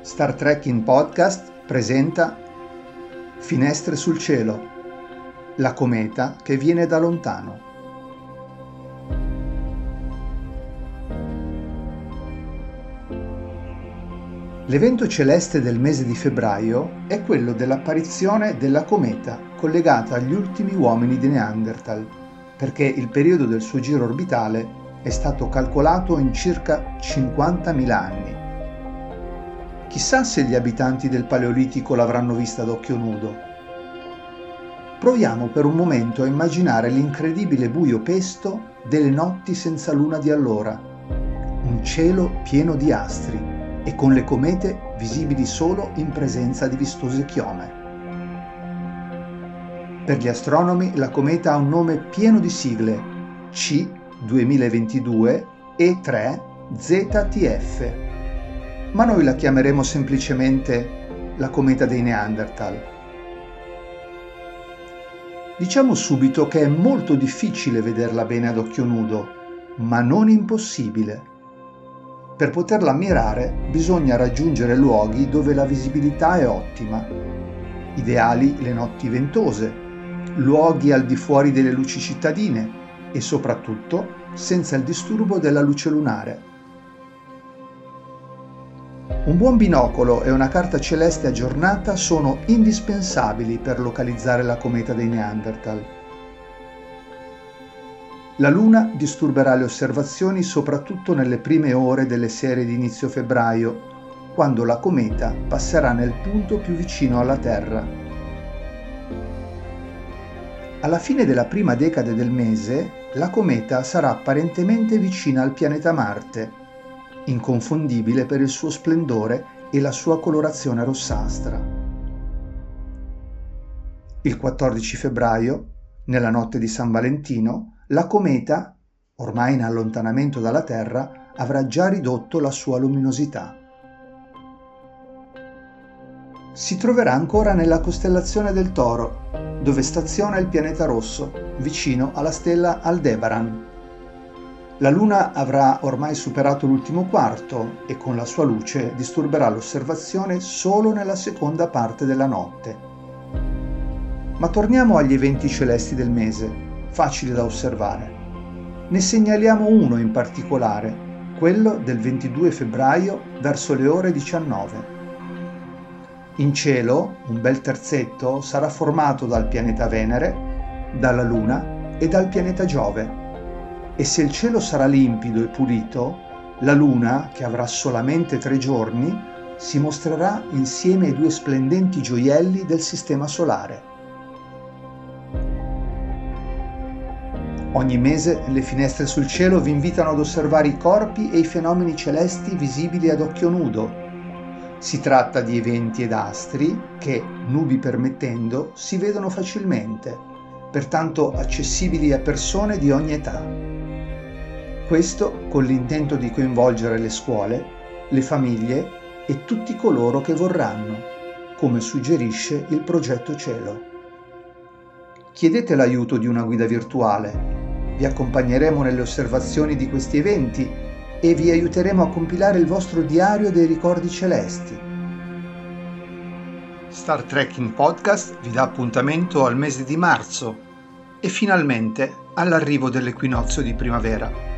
Star Trek in Podcast presenta Finestre sul cielo, la cometa che viene da lontano. L'evento celeste del mese di febbraio è quello dell'apparizione della cometa collegata agli ultimi uomini di Neanderthal, perché il periodo del suo giro orbitale è stato calcolato in circa 50.000 anni. Chissà se gli abitanti del Paleolitico l'avranno vista ad occhio nudo. Proviamo per un momento a immaginare l'incredibile buio pesto delle notti senza luna di allora, un cielo pieno di astri e con le comete visibili solo in presenza di vistose chiome. Per gli astronomi la cometa ha un nome pieno di sigle: C 2022 E3 ZTF, ma noi la chiameremo semplicemente la cometa dei Neanderthal. Diciamo subito che è molto difficile vederla bene ad occhio nudo, ma non impossibile. Per poterla ammirare bisogna raggiungere luoghi dove la visibilità è ottima, ideali le notti ventose, luoghi al di fuori delle luci cittadine e soprattutto senza il disturbo della luce lunare. Un buon binocolo e una carta celeste aggiornata sono indispensabili per localizzare la cometa dei Neanderthal. La Luna disturberà le osservazioni soprattutto nelle prime ore delle sere di inizio febbraio, quando la cometa passerà nel punto più vicino alla Terra. Alla fine della prima decade del mese, la cometa sarà apparentemente vicina al pianeta Marte, inconfondibile per il suo splendore e la sua colorazione rossastra. Il 14 febbraio, nella notte di San Valentino, la cometa, ormai in allontanamento dalla Terra, avrà già ridotto la sua luminosità. Si troverà ancora nella costellazione del Toro, dove staziona il pianeta rosso, vicino alla stella Aldebaran. La Luna avrà ormai superato l'ultimo quarto e con la sua luce disturberà l'osservazione solo nella seconda parte della notte. Ma torniamo agli eventi celesti del mese, facili da osservare. Ne segnaliamo uno in particolare, quello del 22 febbraio verso le ore 19. In cielo, un bel terzetto sarà formato dal pianeta Venere, dalla Luna e dal pianeta Giove. E se il cielo sarà limpido e pulito, la Luna, che avrà solamente 3 giorni, si mostrerà insieme ai 2 splendenti gioielli del Sistema Solare. Ogni mese le finestre sul cielo vi invitano ad osservare i corpi e i fenomeni celesti visibili ad occhio nudo. Si tratta di eventi ed astri che, nubi permettendo, si vedono facilmente, pertanto accessibili a persone di ogni età. Questo con l'intento di coinvolgere le scuole, le famiglie e tutti coloro che vorranno, come suggerisce il progetto Cielo. Chiedete l'aiuto di una guida virtuale, vi accompagneremo nelle osservazioni di questi eventi e vi aiuteremo a compilare il vostro diario dei ricordi celesti. Star Trek in Podcast vi dà appuntamento al mese di marzo e finalmente all'arrivo dell'equinozio di primavera.